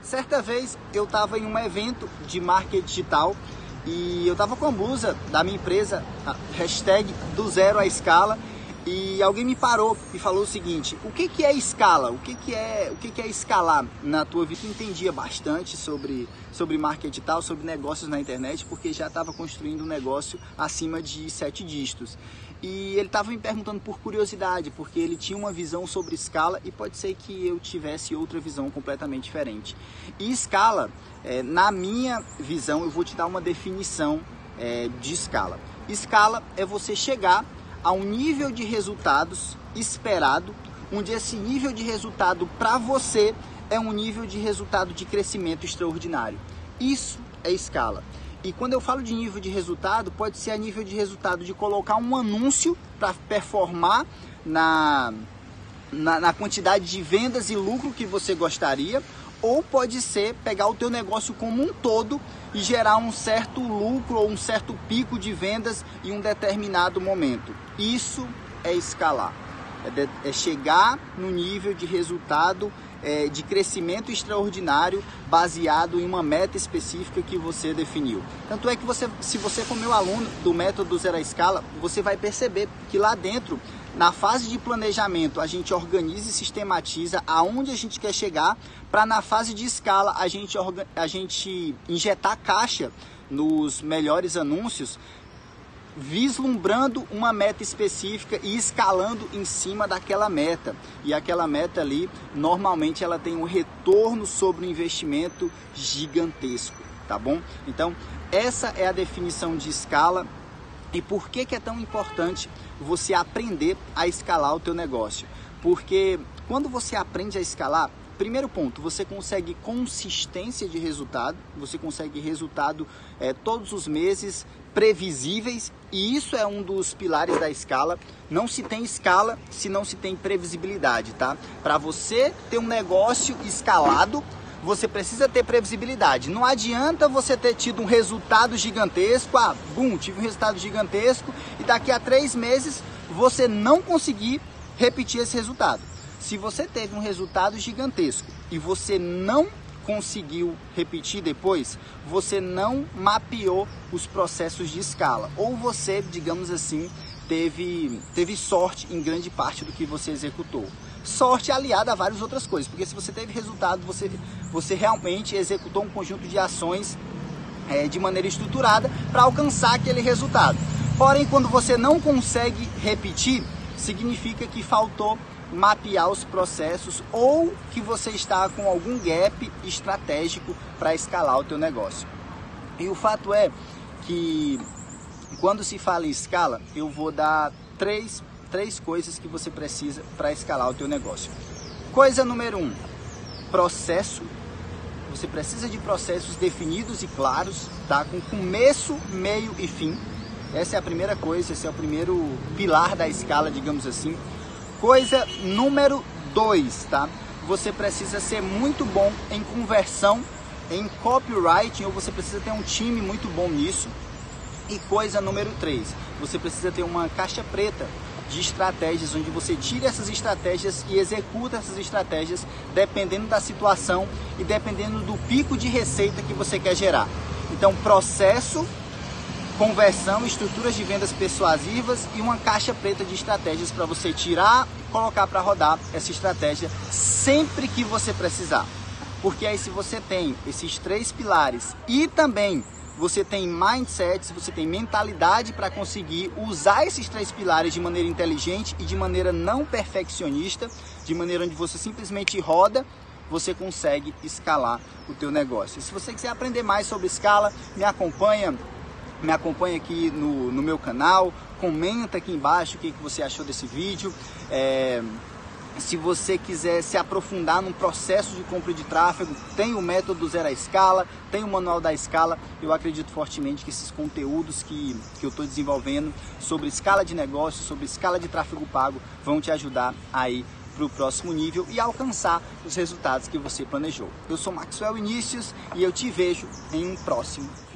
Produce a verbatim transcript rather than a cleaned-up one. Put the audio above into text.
Certa vez eu estava em um evento de marketing digital e eu estava com a blusa da minha empresa, a hashtag do zero à escala, e alguém me parou e falou o seguinte: o que que é escala? O que que é, o que que é escalar na tua vida? Eu entendia bastante sobre, sobre marketing digital, sobre negócios na internet, porque já estava construindo um negócio acima de sete dígitos. E ele estava me perguntando por curiosidade, porque ele tinha uma visão sobre escala e pode ser que eu tivesse outra visão completamente diferente. E escala, é, na minha visão, eu vou te dar uma definição é, de escala. Escala é você chegar a um nível de resultados esperado, onde esse nível de resultado para você é um nível de resultado de crescimento extraordinário. Isso é escala. E quando eu falo de nível de resultado, pode ser a nível de resultado de colocar um anúncio para performar na, na, na quantidade de vendas e lucro que você gostaria, ou pode ser pegar o teu negócio como um todo e gerar um certo lucro ou um certo pico de vendas em um determinado momento. Isso é escalar, é, de, é chegar no nível de resultado é, de crescimento extraordinário baseado em uma meta específica que você definiu. Tanto é que você, se você for meu aluno do método Zero à Escala, você vai perceber que lá dentro, na fase de planejamento, a gente organiza e sistematiza aonde a gente quer chegar, para na fase de escala a gente, a gente injetar caixa nos melhores anúncios, vislumbrando uma meta específica e escalando em cima daquela meta. E aquela meta ali, normalmente ela tem um retorno sobre o investimento gigantesco, tá bom? Então, essa é a definição de escala. E por que que é tão importante você aprender a escalar o teu negócio? Porque quando você aprende a escalar, primeiro ponto, você consegue consistência de resultado, você consegue resultado é, todos os meses previsíveis, e isso é um dos pilares da escala. Não se tem escala se não se tem previsibilidade, tá? Para você ter um negócio escalado, você precisa ter previsibilidade. Não adianta você ter tido um resultado gigantesco, ah, bum, tive um resultado gigantesco, e daqui a três meses você não conseguir repetir esse resultado. Se você teve um resultado gigantesco e você não conseguiu repetir depois, você não mapeou os processos de escala. Ou você, digamos assim, teve, teve sorte em grande parte do que você executou. Sorte aliada a várias outras coisas, porque se você teve resultado, você, você realmente executou um conjunto de ações é, de maneira estruturada para alcançar aquele resultado. Porém, quando você não consegue repetir, significa que faltou mapear os processos ou que você está com algum gap estratégico para escalar o teu negócio. E o fato é que quando se fala em escala, eu vou dar três, três coisas que você precisa para escalar o teu negócio. Coisa número um, processo. Você precisa de processos definidos e claros, tá? Com começo, meio e fim. Essa é a primeira coisa, esse é o primeiro pilar da escala, digamos assim. Coisa número dois, tá? Você precisa ser muito bom em conversão, em copywriting, ou você precisa ter um time muito bom nisso. E coisa número três, você precisa ter uma caixa preta de estratégias, onde você tira essas estratégias e executa essas estratégias dependendo da situação e dependendo do pico de receita que você quer gerar. Então, processo, conversão, estruturas de vendas persuasivas e uma caixa preta de estratégias para você tirar e colocar para rodar essa estratégia sempre que você precisar. Porque aí, se você tem esses três pilares e também você tem mindset, você tem mentalidade para conseguir usar esses três pilares de maneira inteligente e de maneira não perfeccionista, de maneira onde você simplesmente roda, você consegue escalar o teu negócio. E se você quiser aprender mais sobre escala, me acompanha Me acompanha aqui no, no meu canal, comenta aqui embaixo o que, que você achou desse vídeo. É, se você quiser se aprofundar num processo de compra de tráfego, tem o método Zero à Escala, tem o manual da escala. Eu acredito fortemente que esses conteúdos que, que eu estou desenvolvendo sobre escala de negócio, sobre escala de tráfego pago, vão te ajudar aí para o próximo nível e alcançar os resultados que você planejou. Eu sou Maxwell Vinícius e eu te vejo em um próximo